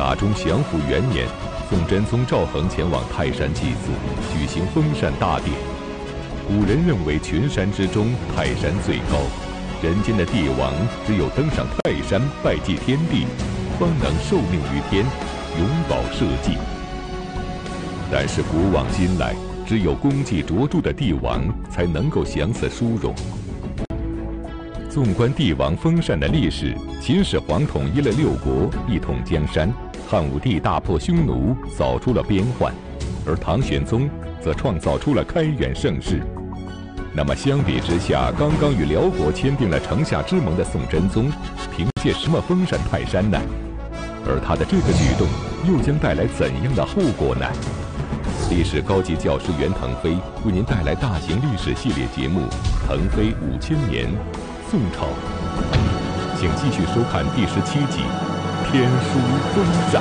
大中祥符元年，宋真宗赵恒前往泰山祭祀，举行封禅大典。古人认为群山之中，泰山最高，人间的帝王只有登上泰山拜祭天地，方能受命于天，永保社稷。但是古往今来，只有功绩卓著的帝王才能够享此殊荣。纵观帝王封禅的历史，秦始皇统一了6国，一统江山；汉武帝大破匈奴，扫除了边患；而唐玄宗则创造出了开元盛世。那么相比之下，刚刚与辽国签订了城下之盟的宋真宗，凭借什么封禅泰山呢？而他的这个举动又将带来怎样的后果呢？历史高级教师袁腾飞为您带来大型历史系列节目《腾飞5000年》。宋朝，请继续收看第17集《天书封禅》。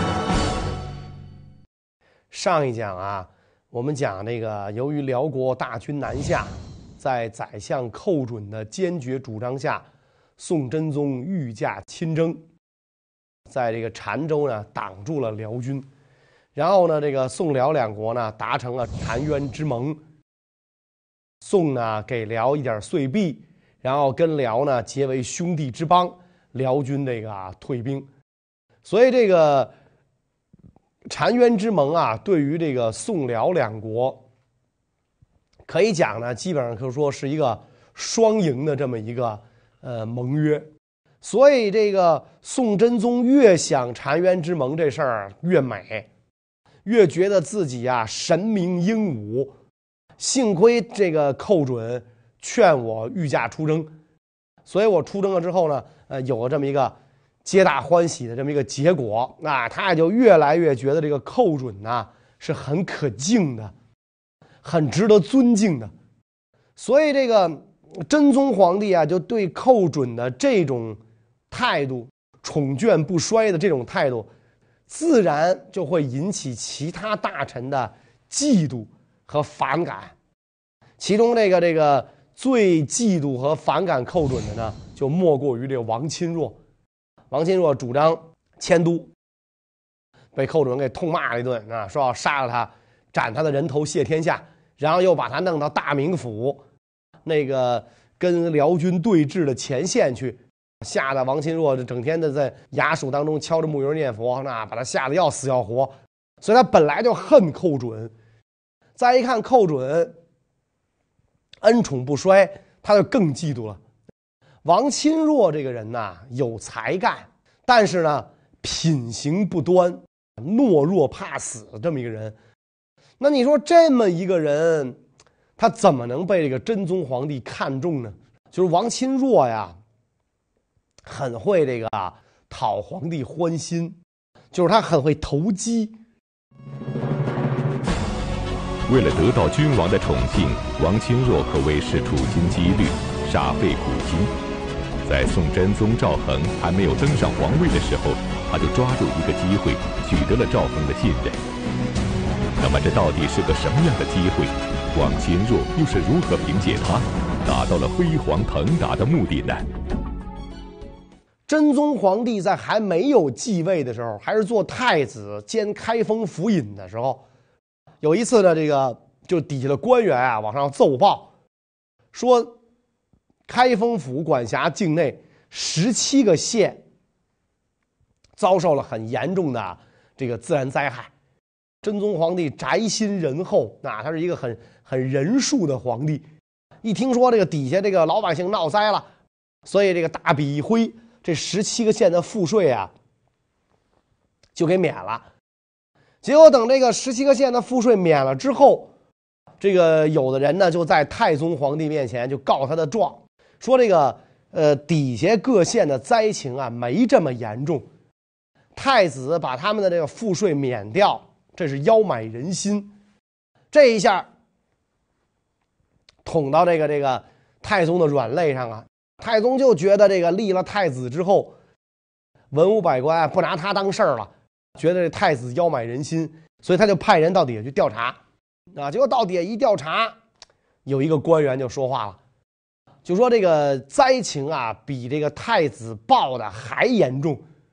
上一讲啊，我们讲这个，由于辽国大军南下，在宰相寇准的坚决主张下，宋真宗御驾亲征，在这个澶州呢挡住了辽军，然后呢，这个宋辽两国呢达成了澶渊之盟，宋呢给辽一点岁币。然后跟辽呢结为兄弟之邦，辽军这个退兵，所以这个澶渊之盟啊，对于这个宋辽两国，可以讲呢，基本上可以说是一个双赢的这么一个盟约。所以这个宋真宗越想澶渊之盟这事儿越美，越觉得自己啊神明英武，幸亏这个寇准劝我御驾出征，所以我出征了之后呢，有了这么一个皆大欢喜的这么一个结果，那他也就越来越觉得这个寇准呢是很可敬的，很值得尊敬的。所以这个真宗皇帝啊，就对寇准的这种态度，宠眷不衰的这种态度，自然就会引起其他大臣的嫉妒和反感。其中这个最嫉妒和反感寇准的呢，就莫过于这个王钦若。王钦若主张迁都，被寇准给痛骂了一顿啊，说要杀了他，斩他的人头谢天下，然后又把他弄到大名府，那个跟辽军对峙的前线去，吓得王钦若整天的在衙署当中敲着木鱼念佛，那把他吓得要死要活。所以他本来就恨寇准，再一看寇准恩宠不衰，他就更嫉妒了。王钦若这个人呐，有才干，但是呢，品行不端，懦弱怕死这么一个人。那你说这么一个人，他怎么能被这个真宗皇帝看中呢？就是王钦若呀，很会这个讨皇帝欢心，就是他很会投机。 为了得到君王的宠幸，王钦若可谓是处心积虑，煞费苦心。在宋真宗赵恒还没有登上皇位的时候，他就抓住一个机会，取得了赵恒的信任。那么这到底是个什么样的机会？王钦若又是如何凭借它达到了飞黄腾达的目的呢？ 真宗皇帝在还没有继位的时候，还是做太子兼开封府尹的时候，有一次呢，这个就底下的官员啊往上奏报，说开封府管辖境内17个县遭受了很严重的这个自然灾害。真宗皇帝宅心仁厚，他是一个很仁恕的皇帝。一听说这个底下这个老百姓闹灾了，所以这个大笔一挥，这17个县的赋税啊就给免了。结果等这个17个县的赋税免了之后，这个有的人呢就在太宗皇帝面前就告他的状，说这个底下各县的灾情啊没这么严重，太子把他们的这个赋税免掉，这是邀买人心。这一下捅到这个太宗的软肋上啊，太宗就觉得这个立了太子之后，文武百官不拿他当事儿了，觉得这太子邀买人心，所以他就派人到底下去调查啊。结果到底下一调查，有一个官员就说话了，就说这个灾情啊比这个太子报的还严重，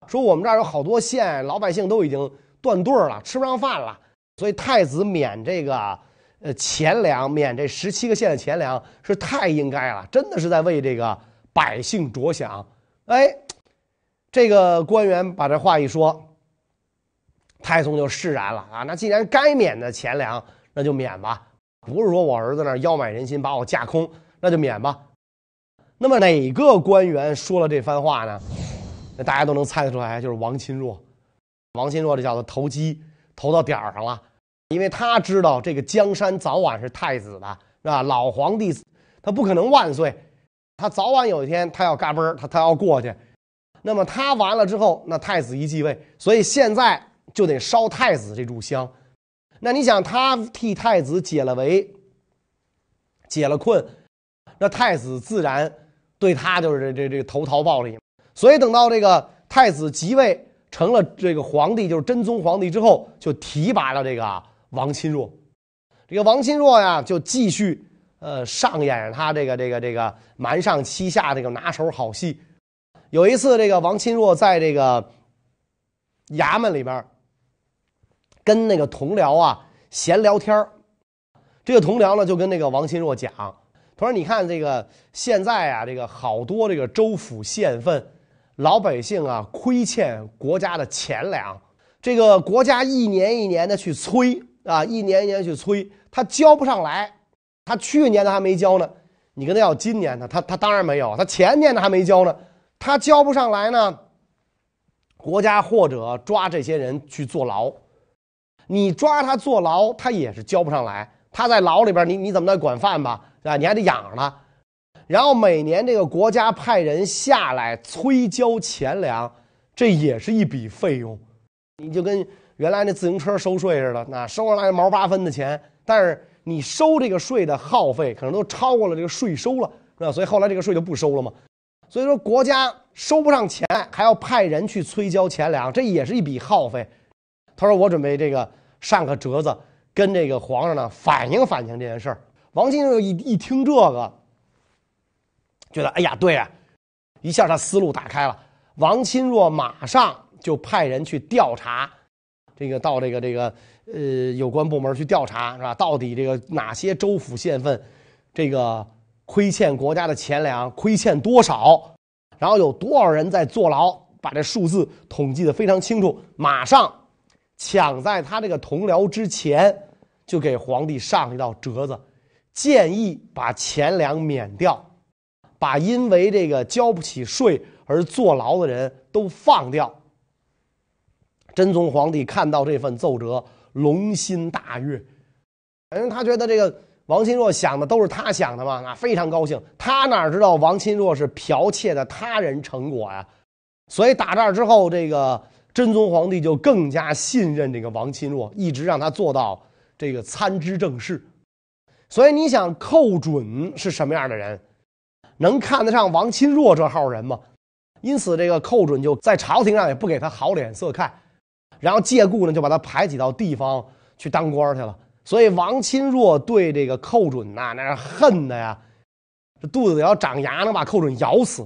说我们这儿有好多县，老百姓都已经断顿了，吃不上饭了，所以太子免这个钱粮，免这17个县的钱粮是太应该了，真的是在为这个百姓着想。哎，这个官员把这话一说，太宗就释然了啊！那既然该免的钱粮，那就免吧，不是说我儿子那腰买人心把我架空，那就免吧。那么哪个官员说了这番话呢？那大家都能猜得出来，就是王钦若。王钦若这叫做投机，投到点儿上了，因为他知道这个江山早晚是太子的，是吧？老皇帝他不可能万岁，他早晚有一天他要嘎嘣，他要过去。那么他完了之后，那太子一继位，所以现在就得烧太子这炷香。那你想，他替太子解了围，解了困，那太子自然对他就是这投桃报李。所以等到这个太子即位成了这个皇帝，就是真宗皇帝之后，就提拔了这个王钦若。这个王钦若呀，就继续上演他这个瞒上欺下这个拿手好戏。有一次，这个王钦若在这个衙门里边跟那个同僚啊闲聊天，这个同僚呢就跟那个王钦若讲，他说：“你看这个现在啊，这个好多这个州府县份，老百姓啊亏欠国家的钱粮，这个国家一年一年的去催啊，一年一年去催，他交不上来。他去年的还没交呢，你跟他要今年的，他当然没有，他前年的还没交呢，他交不上来呢，国家或者抓这些人去坐牢。你抓他坐牢，他也是交不上来。他在牢里边，你怎么得管饭吧，是吧？你还得养着他。然后每年这个国家派人下来催交钱粮，这也是一笔费用。你就跟原来那自行车收税似的，那收上来毛8分的钱，但是你收这个税的耗费可能都超过了这个税收了，是吧？所以后来这个税就不收了嘛。所以说国家收不上钱，还要派人去催交钱粮，这也是一笔耗费。他说：“我准备这个上个折子，跟这个皇上呢反映反映这件事儿。”王钦若一听这个，觉得哎呀，对呀，一下他思路打开了。王钦若马上就派人去调查，到有关部门去调查，是吧？到底这个哪些州府县份，这个亏欠国家的钱粮亏欠多少，然后有多少人在坐牢，把这数字统计得非常清楚。马上抢在他这个同僚之前，就给皇帝上一道折子，建议把钱粮免掉，把因为这个交不起税而坐牢的人都放掉。真宗皇帝看到这份奏折，龙心大悦，因为他觉得这个王钦若想的都是他想的嘛，非常高兴。他哪知道王钦若是剽窃的他人成果呀？所以打这儿之后，这个真宗皇帝就更加信任这个王钦若，一直让他做到这个参知政事。所以你想，寇准是什么样的人？能看得上王钦若这号人吗？因此这个寇准就在朝廷上也不给他好脸色看，然后借故呢就把他排挤到地方去当官去了。所以王钦若对这个寇准呐，那是恨的呀，这肚子里要长牙能把寇准咬死。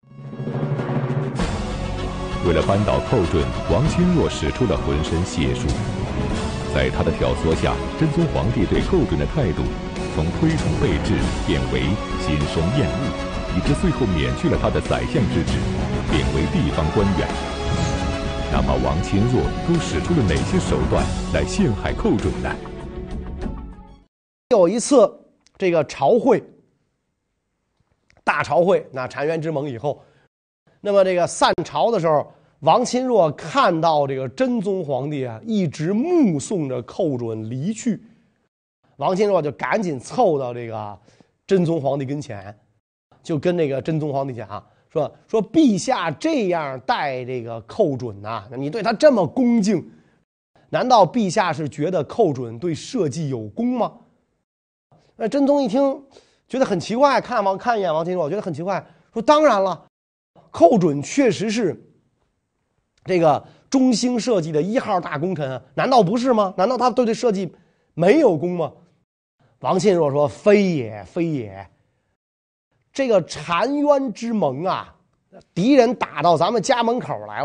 为了扳倒寇准，王钦若使出了浑身解数。在他的挑唆下，真宗皇帝对寇准的态度从推崇备至变为心生厌恶，以致最后免去了他的宰相之职，贬为地方官员。那么王钦若都使出了哪些手段来陷害寇准呢？ 有一次这个朝会，大朝会，那澶渊之盟以后，那么这个散朝的时候，王钦若看到这个真宗皇帝啊一直目送着寇准离去，王钦若就赶紧凑到这个真宗皇帝跟前，就跟那个真宗皇帝讲说陛下这样待这个寇准啊，你对他这么恭敬，难道陛下是觉得寇准对社稷有功吗？那真宗一听觉得很奇怪，看一眼王钦若，觉得很奇怪，说当然了，寇准确实是这个中兴社稷的1号大功臣，难道不是吗？难道他对这社稷没有功吗？王钦若说：“非也，非也。这个澶渊之盟啊，敌人打到咱们家门口来了，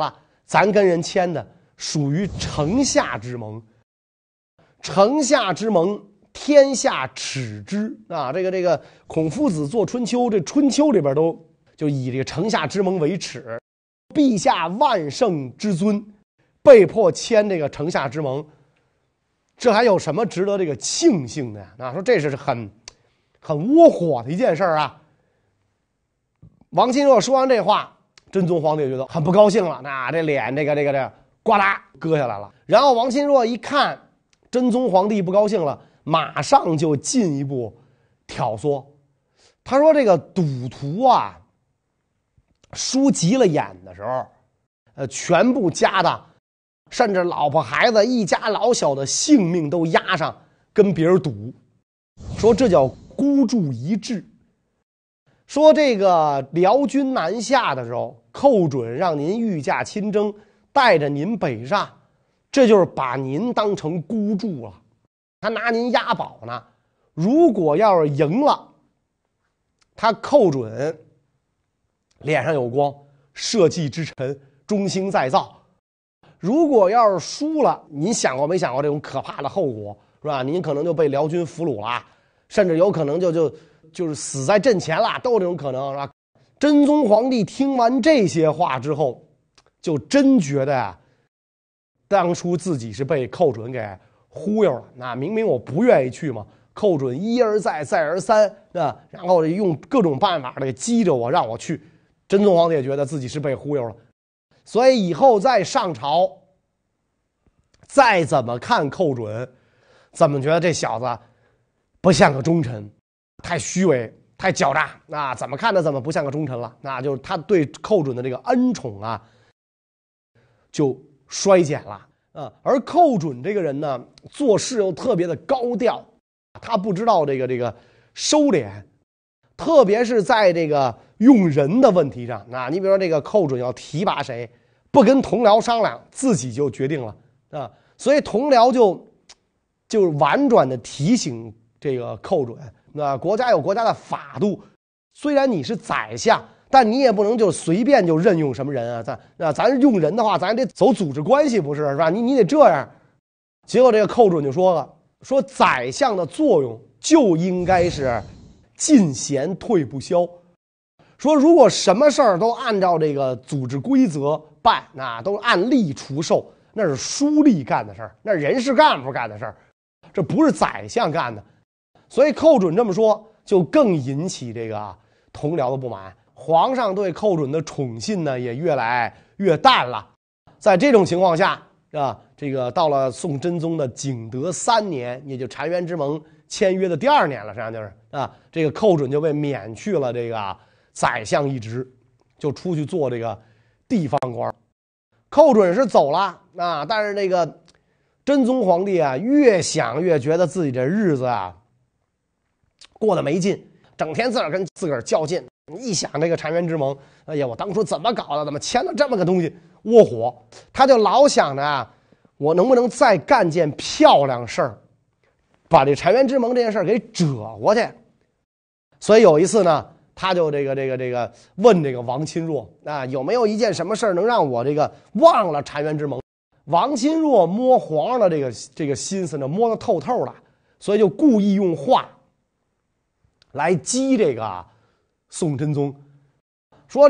咱跟人签的属于城下之盟。城下之盟，天下耻之啊！这个孔夫子做春秋，这春秋里边都就以这个城下之盟为耻。陛下万圣之尊，被迫签这个城下之盟，这还有什么值得这个庆幸的呀？啊，说这是很窝火的一件事啊。王钦若说完这话，真宗皇帝觉得很不高兴了，那这脸这个呱啦割下来了。然后王钦若一看真宗皇帝不高兴了，马上就进一步挑唆。他说这个赌徒啊，输急了眼的时候，全部家的，甚至老婆孩子一家老小的性命都押上跟别人赌，说这叫孤注一掷。说这个辽军南下的时候，寇准让您御驾亲征，带着您北上，这就是把您当成孤注了，他拿您押宝呢。如果要是赢了，他寇准脸上有光，社稷之臣，中兴再造。如果要是输了，您想过没想过这种可怕的后果，是吧？您可能就被辽军俘虏了，甚至有可能就是死在阵前了，都有这种可能，是吧？真宗皇帝听完这些话之后，就真觉得啊，当初自己是被寇准给忽悠了。那明明我不愿意去嘛，寇准一而再再而三啊，然后用各种办法给激着我让我去。真宗皇帝也觉得自己是被忽悠了，所以以后再上朝，再怎么看寇准，怎么觉得这小子不像个忠臣，太虚伪，太狡诈，那怎么看他怎么不像个忠臣了？那就是他对寇准的这个恩宠啊，就衰减了啊。而寇准这个人呢，做事又特别的高调，他不知道这个收敛，特别是在这个用人的问题上。那你比如说这个寇准要提拔谁，不跟同僚商量，自己就决定了啊。所以同僚就婉转的提醒这个寇准，那国家有国家的法度，虽然你是宰相，但你也不能就随便就任用什么人啊。咱用人的话，咱得走组织关系，不是吧？你得这样。结果这个寇准就说了，说宰相的作用就应该是进贤退不消。说如果什么事儿都按照这个组织规则办，那都按例除授，那是书吏干的事儿，那是人事干部干的事儿，这不是宰相干的。所以寇准这么说，就更引起这个同僚的不满。皇上对寇准的宠信呢，也越来越淡了。在这种情况下啊，这个到了宋真宗的景德3年，也就澶渊之盟签约的第2年了，实际上就是啊，这个寇准就被免去了这个宰相一职，就出去做这个地方官。寇准是走了啊，但是这个真宗皇帝啊，越想越觉得自己这日子啊过得没劲，整天自个儿跟自个儿较劲。一想这个澶渊之盟，哎呀，我当初怎么搞的？怎么签了这么个东西？窝火，他就老想着啊，我能不能再干件漂亮事儿，把这澶渊之盟这件事儿给折过去。所以有一次呢，他就这个问这个王钦若啊，有没有一件什么事儿能让我这个忘了澶渊之盟？王钦若摸皇上的这个心思呢，摸得透透的，所以就故意用话来激这个宋真宗，说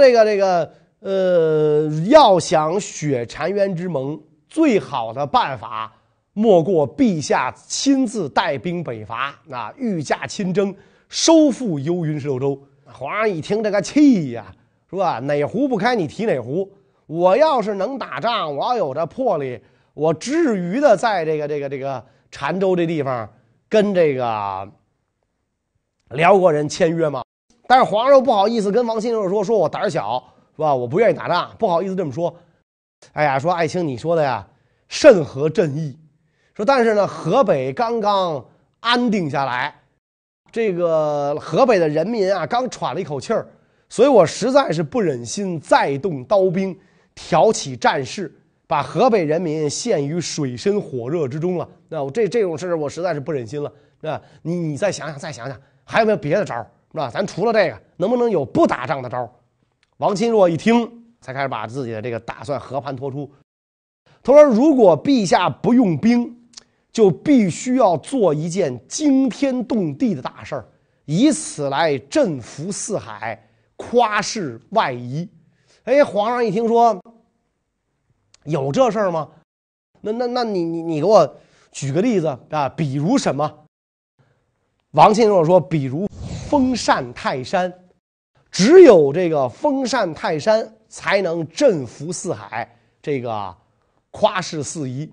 要想雪澶渊之盟，最好的办法莫过陛下亲自带兵北伐，啊，御驾亲征，收复幽云十六州。皇上一听这个气呀，是吧？哪壶不开你提哪壶。我要是能打仗，我要有这魄力，我至于的在这个澶州这地方跟这个辽国人签约吗？但是皇上不好意思跟王钦若说我胆小，是吧？我不愿意打仗，不好意思这么说。哎呀，说爱卿你说的呀甚合朕意。说但是呢，河北刚刚安定下来，这个河北的人民啊刚喘了一口气儿，所以我实在是不忍心再动刀兵，挑起战事，把河北人民陷于水深火热之中了。那我这种事我实在是不忍心了。那你再想想，还有没有别的招？是吧？咱除了这个，能不能有不打仗的招？王钦若一听， 才开始把自己的这个打算和盘托出。他说：“如果陛下不用兵，就必须要做一件惊天动地的大事儿，以此来振服四海，夸示外夷。”哎，皇上一听说有这事儿吗？那你给我举个例子啊，比如什么？王钦若说：“比如封禅泰山，只有这个封禅泰山才能振服四海，这个夸示四夷。”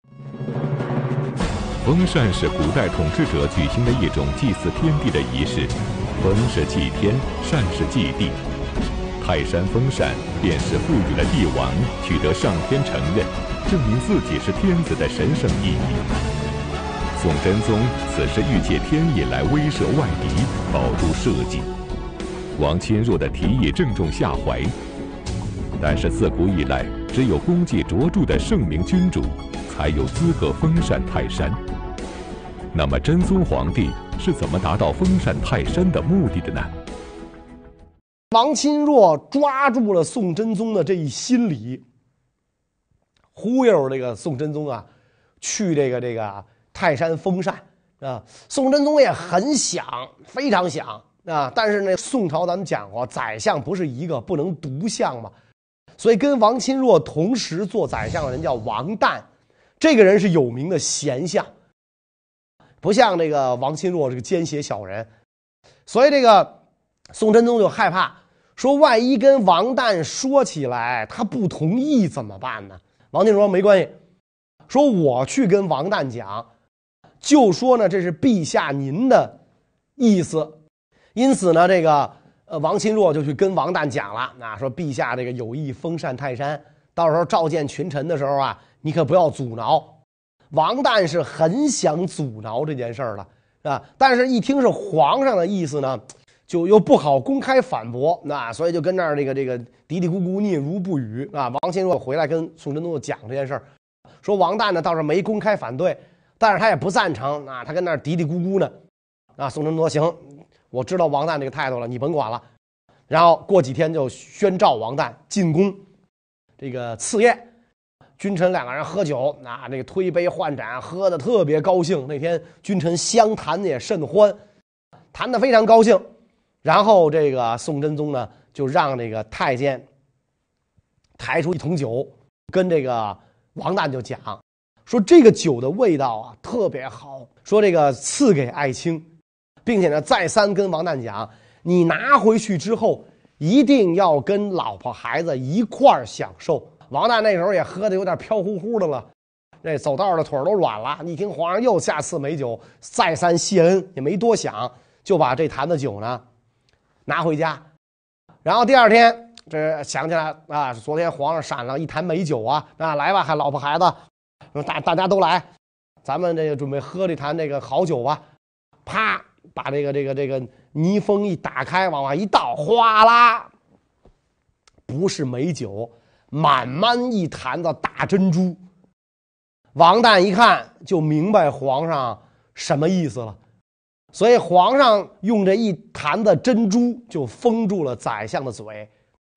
封禅是古代统治者举行的一种祭祀天地的仪式，封是祭天，禅是祭地。泰山封禅便是赋予了帝王取得上天承认，证明自己是天子的神圣意义。宋真宗此时欲借天意来威慑外敌，保住社稷。王钦若的提议正中下怀，但是自古以来，只有功绩卓著的圣明君主才有资格封禅泰山。那么真宗皇帝是怎么达到封禅泰山的目的的呢？ 王钦若抓住了宋真宗的这一心理，忽悠这个宋真宗啊，去这个泰山封禅啊。宋真宗也很想，非常想啊，但是呢，宋朝咱们讲过，宰相不是一个，不能独相嘛，所以跟王钦若同时做宰相的人叫王旦，这个人是有名的贤相，不像这个王钦若这个奸邪小人，所以这个宋真宗就害怕。说万一跟王旦说起来他不同意怎么办呢？王钦说没关系，说我去跟王旦讲，就说呢这是陛下您的意思。因此呢这个王钦若就去跟王旦讲了，说陛下这个有意封禅泰山，到时候召见群臣的时候啊，你可不要阻挠。王旦是很想阻挠这件事儿了但是一听是皇上的意思呢，就又不好公开反驳，所以就跟那儿这个嘀嘀咕咕嗫嚅不语王钦若回来跟宋真宗讲这件事儿，说王旦呢倒是没公开反对，但是他也不赞成他跟那儿嘀嘀咕咕呢宋真宗说行，我知道王旦这个态度了，你甭管了。然后过几天就宣召王旦进宫，这个赐宴，君臣两个人喝酒这个推杯换盏，喝得特别高兴。那天君臣相谈也甚欢，谈得非常高兴。然后这个宋真宗呢，就让这个太监抬出一桶酒，跟这个王旦就讲，说这个酒的味道特别好，说这个赐给爱卿，并且呢再三跟王旦讲，你拿回去之后一定要跟老婆孩子一块儿享受。王旦那时候也喝得有点飘乎乎的了，这走道的腿都软了。一听皇上又下赐美酒，再三谢恩，也没多想，就把这坛子酒呢拿回家。然后第二天这想起来昨天皇上赏了一坛美酒来吧，还老婆孩子大家都来，咱们这个准备喝这坛这个好酒吧。啪，把这个泥封一打开，往外一倒，哗啦，不是美酒，满满一坛子大珍珠。王旦一看就明白皇上什么意思了，所以皇上用这一坛子珍珠就封住了宰相的嘴。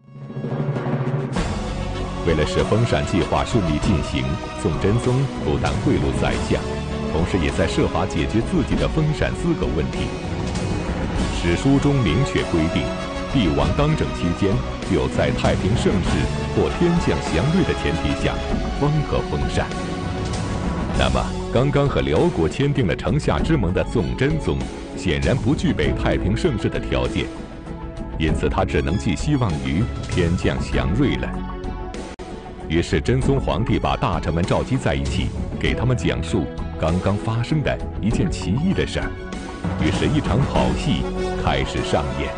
为了使封禅计划顺利进行，宋真宗不但贿赂宰相，同时也在设法解决自己的封禅资格问题。史书中明确规定，帝王当政期间，只有在太平盛世或天降祥瑞的前提下，方可封禅。那么，刚刚和辽国签订了城下之盟的宋真宗，显然不具备太平盛世的条件，因此他只能寄希望于天降祥瑞了。于是真宗皇帝把大臣们召集在一起，给他们讲述刚刚发生的一件奇异的事儿。于是，一场好戏开始上演。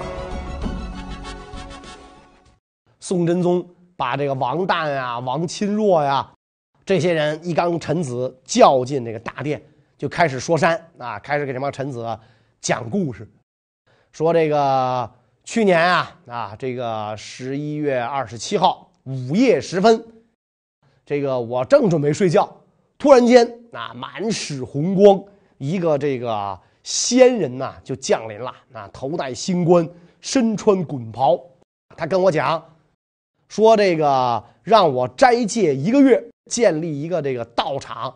宋真宗把这个王旦王钦若这些人一干臣子叫进这个大殿，就开始说山开始给这帮臣子讲故事，说这个去年这个11月27号午夜时分，这个我正准备睡觉，突然间满室红光，一个这个仙人就降临了头戴星冠，身穿衮袍。他跟我讲说这个让我斋戒1个月，建立一个这个道场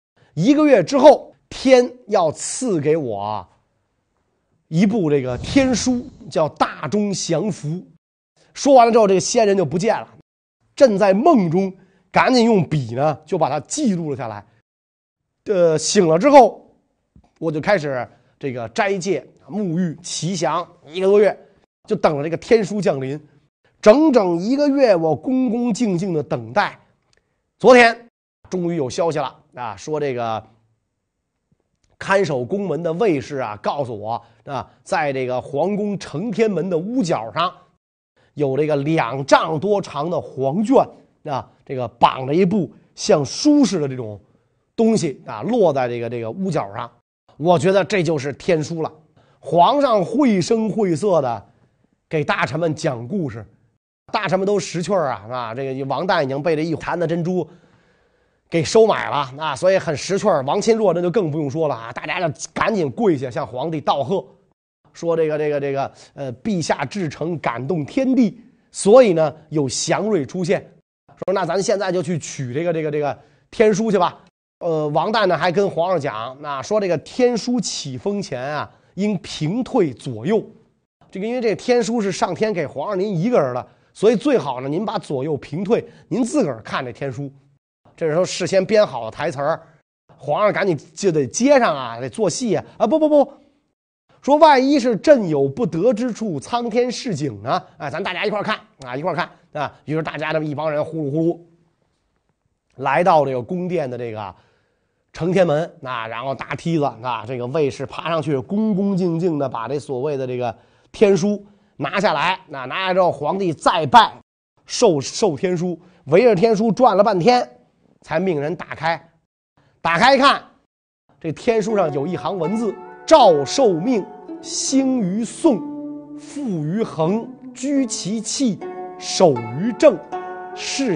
，1个月之后，天要赐给我一部这个天书，叫《大钟祥符》。说完了之后，这个仙人就不见了。朕在梦中赶紧用笔呢，就把它记录了下来。醒了之后，我就开始这个斋戒、沐浴、祈祥1个多月，就等着这个天书降临。整整1个月，我恭恭敬敬的等待。昨天终于有消息了啊，说这个看守宫门的卫士啊，告诉我啊，在这个皇宫承天门的屋角上，有这个2丈多长的黄绢啊，这个绑着一部像书似的这种东西啊，落在这个屋角上。我觉得这就是天书了。皇上绘声绘色的给大臣们讲故事，大臣们都识趣啊，这个王旦已经被这一坛的珍珠给收买了啊，所以很识趣。王钦若那就更不用说了啊，大家就赶紧跪下向皇帝道贺，说这个陛下至诚感动天地，所以呢有祥瑞出现。说那咱现在就去取这个天书去吧。王旦呢还跟皇上讲，说这个天书起封前啊，应平退左右。这个因为这个天书是上天给皇上您一个人的，所以最好呢您把左右平退，您自个儿看这天书。这时候事先编好的台词儿，皇上赶紧就得接上啊，得做戏啊！不，说万一是朕有不得之处，苍天示警呢？咱大家一块看啊，一块看啊！于是大家这么一帮人呼噜呼噜来到这个宫殿的这个承天门啊，然后搭梯子啊，这个卫士爬上去，恭恭敬敬的把这所谓的这个天书拿下来。拿下来之后，皇帝再拜受天书，围着天书转了半天。才命人打开一看，这天书上有一行文字：诏受命，兴于宋，复于恒，居其气，守于正，事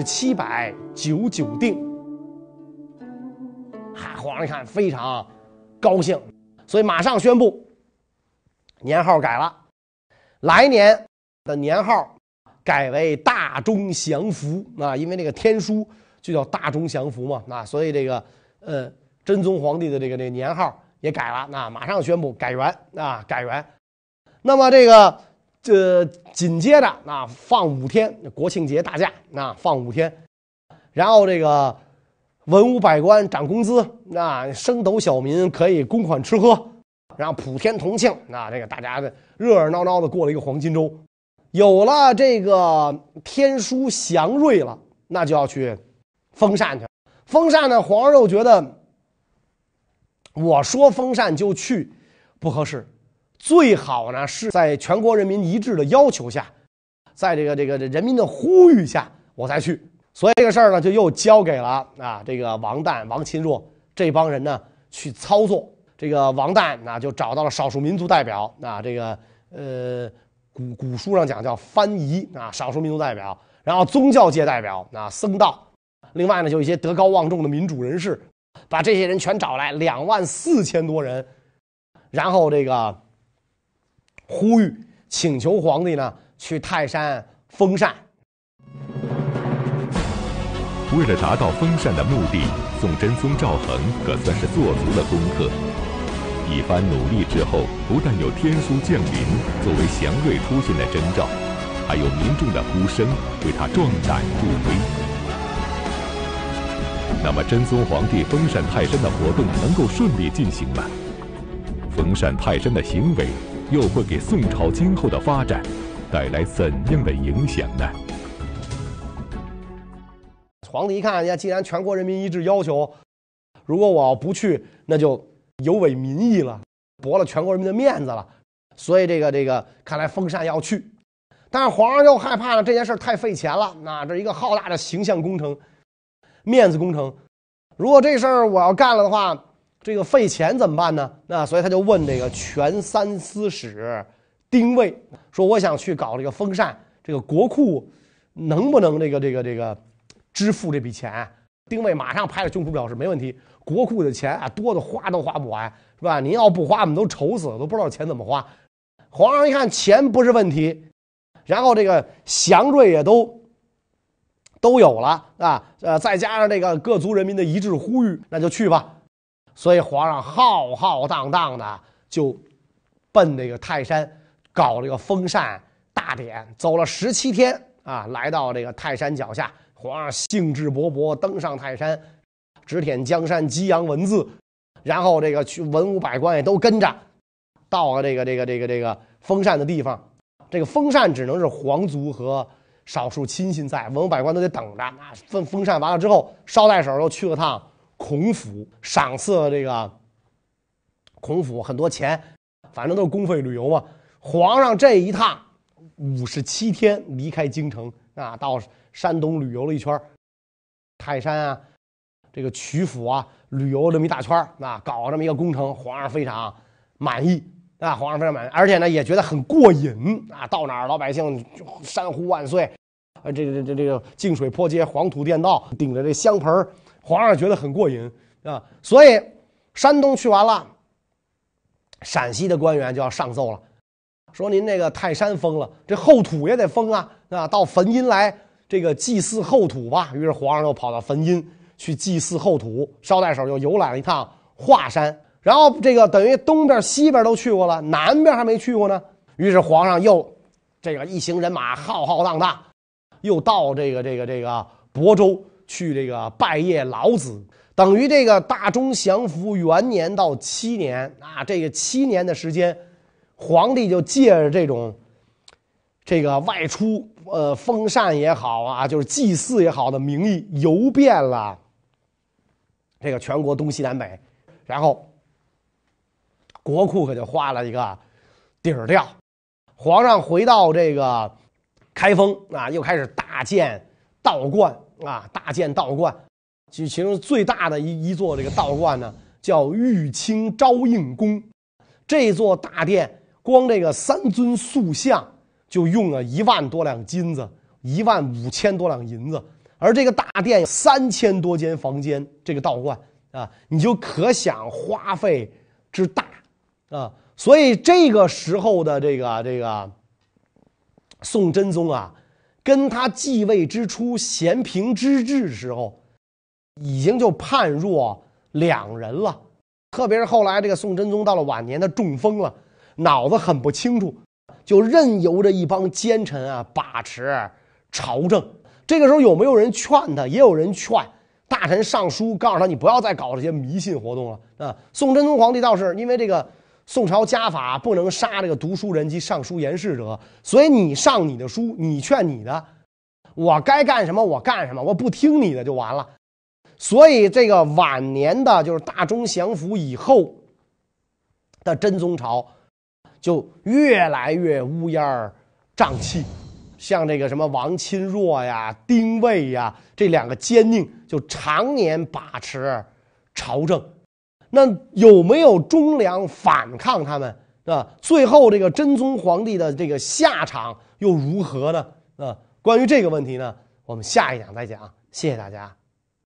799定。皇上一看非常高兴，所以马上宣布年号改了，来年的年号改为大钟祥符啊，因为那个天书就叫大钟祥符嘛，所以这个真宗皇帝的这个年号也改了，马上宣布改元。那么这个紧接着放5天，国庆节大假放5天，然后这个文武百官涨工资，升斗小民可以公款吃喝，然后普天同庆，这个大家的热闹闹的过了一个黄金周。有了这个天书祥瑞了，那就要去封禅去。封禅呢，皇上又觉得我说封禅就去不合适，最好呢是在全国人民一致的要求下，在这个人民的呼吁下我才去。所以这个事儿呢就又交给了这个王旦、王钦若这帮人呢去操作。这个王旦就找到了少数民族代表这个古书上讲叫藩夷少数民族代表，然后宗教界代表僧道，另外呢就一些德高望重的民主人士，把这些人全找来，24000多人，然后这个呼吁请求皇帝呢去泰山封禅。 为了达到封禅的目的，宋真宗赵恒可算是做足了功课。一番努力之后，不但有天书降临作为祥瑞出现的征兆，还有民众的呼声为他壮胆助威。那么真宗皇帝封禅泰山的活动能够顺利进行吗？封禅泰山的行为又会给宋朝今后的发展带来怎样的影响呢？ 皇帝一看，既然全国人民一致要求，如果我不去，那就有违民意了，驳了全国人民的面子了。所以这个看来封禅要去，但是皇上又害怕了，这件事太费钱了，这是一个浩大的形象工程、面子工程。如果这事儿我要干了的话，这个费钱怎么办呢？所以他就问这个权三司使丁谓说：“我想去搞这个封禅，这个国库能不能这个支付这笔钱？”丁谓马上拍着胸脯表示没问题，国库的钱多的花都花不完，是吧？您要不花，我们都愁死了，都不知道钱怎么花。皇上一看钱不是问题，然后这个祥瑞也都都有了啊，再加上这个各族人民的一致呼吁，那就去吧。所以皇上浩浩荡荡的就奔这个泰山搞这个封禅大典，走了17天啊，来到这个泰山脚下，皇上兴致勃勃登上泰山，指点江山，激扬文字，然后这个去文武百官也都跟着到了这个封禅的地方。这个封禅只能是皇族和少数亲信在，文武百官都得等着。啊，封禅完了之后，捎带手又去了趟孔府，赏赐了这个孔府很多钱，反正都是公费旅游嘛。皇上这一趟57天离开京城啊，到山东旅游了一圈，泰山啊，这个曲阜啊，旅游这么一大圈啊，搞这么一个工程，皇上非常满意啊，皇上非常满意，而且呢也觉得很过瘾啊，到哪儿老百姓山呼万岁，这个净水坡街，黄土垫道，顶着这香盆，皇上觉得很过瘾啊。所以山东去完了，陕西的官员就要上奏了，说您这个泰山封了，这后土也得封啊，到汾阴来这个祭祀后土吧。于是皇上又跑到汾阴去祭祀后土，捎带手又游览了一趟华山，然后这个等于东边西边都去过了，南边还没去过呢。于是皇上又这个一行人马浩浩荡荡，又到这个亳州去这个拜谒老子。等于这个大中祥符元年到7年啊，这个7年的时间，皇帝就借着这个外出封禅也好啊，就是祭祀也好的名义，游遍了这个全国东西南北，然后国库可就花了一个底儿掉。皇上回到这个开封啊，又开始大建道观啊，大建道观。其中最大的一座这个道观呢，叫玉清昭应宫。这座大殿光这个3尊塑像就用了1万多两金子，15000多两银子。而这个大殿有3000多间房间，这个道观啊，你就可想花费之大啊。所以这个时候的这个宋真宗啊，跟他继位之初咸平之治时候，已经就判若两人了。特别是后来这个宋真宗到了晚年，他中风了，脑子很不清楚，就任由着一帮奸臣啊把持朝政。这个时候有没有人劝他？也有人劝，大臣上书告诉他，你不要再搞这些迷信活动了啊。宋真宗皇帝倒是因为这个宋朝家法不能杀这个读书人及上书言事者，所以你上你的书，你劝你的，我该干什么我干什么，我不听你的就完了。所以这个晚年的就是大中祥符以后的真宗朝就越来越乌烟瘴气，像这个什么王钦若呀、丁谓呀这2个奸佞就常年把持朝政。那有没有忠良反抗他们啊？最后这个真宗皇帝的这个下场又如何呢？关于这个问题呢，我们下一讲再讲。谢谢大家。